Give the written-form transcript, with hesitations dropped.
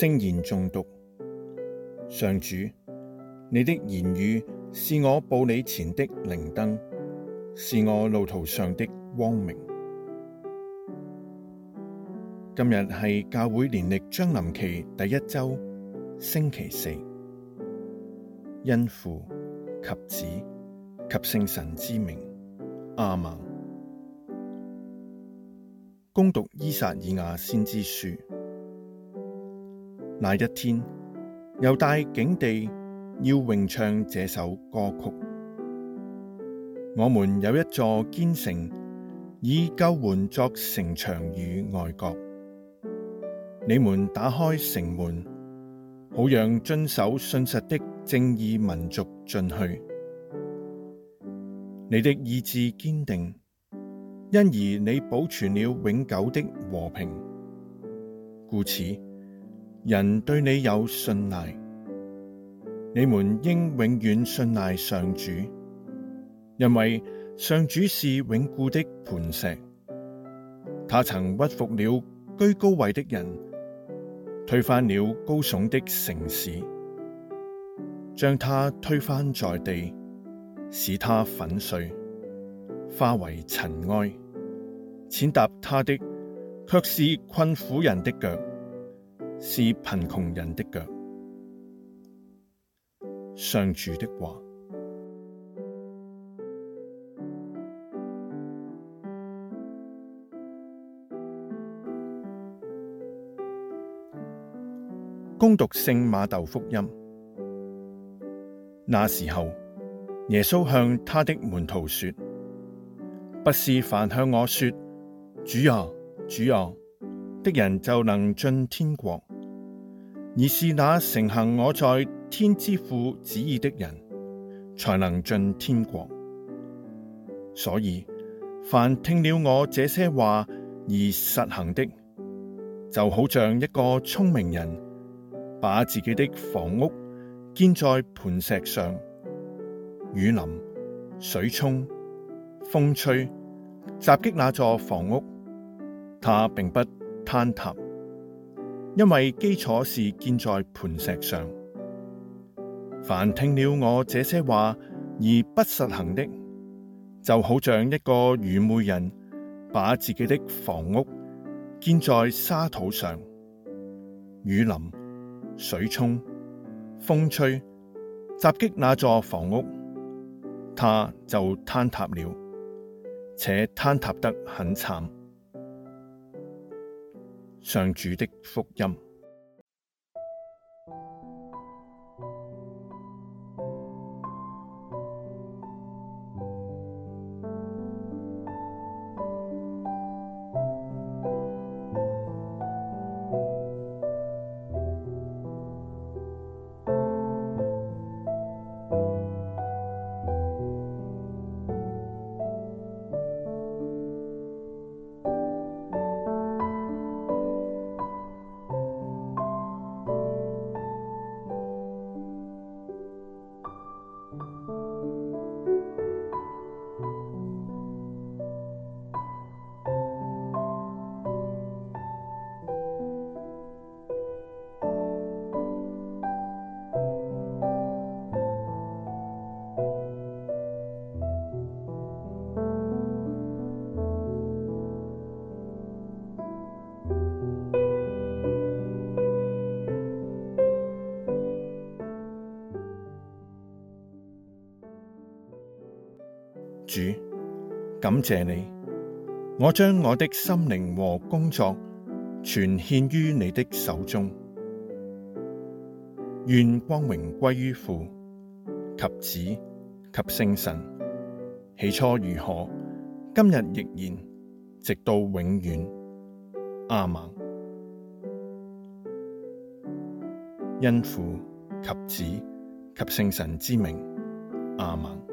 聖言誦讀。上主，你的言語是我步履前的靈燈，是我路途上的光明。今日係教會年曆將臨期第一周，星期四。因父及子及聖神之名，阿們。恭讀依撒意亞先知書。那一天，猶大境地要詠唱這首歌曲。我們有一座堅城，以救援作城牆與外郭。你們打開城門，好讓遵守信實的正義民族進去。你的意志堅定，因而你保存了永久的和平，故此人對你有信賴。你們應永遠信賴上主，因為上主是永固的磐石。他曾屈服了居高位的人，推翻了高聳的城市，將它推翻在地，使它粉碎，化為塵埃。踐踏它的，卻是困苦人的腳，是貧窮人的腳。上主的話。恭讀聖瑪竇福音。那時候，耶穌向他的門徒說：不是凡向我說主啊，主啊的人就能進天國，而是那承行我在天之父旨意的人，才能進天國。所以，凡聽了我這些話而實行的，就好像一個聰明人，把自己的房屋建在磐石上，雨淋、水沖、風吹，襲擊那座房屋，它並不坍塌，因為基礎是建在磐石上。凡聽了我這些話而不實行的，就好像一個愚昧人，把自己的房屋建在沙土上，雨淋、水沖、風吹，襲擊那座房屋，它就坍塌了，且坍塌得很慘。上主的福音。主，感謝你，我將我的心靈和工作全獻於你的手中。願光榮歸於父及子及聖神，起初如何，今日亦然，直到永遠。阿們。因父及子及聖神之名。阿們。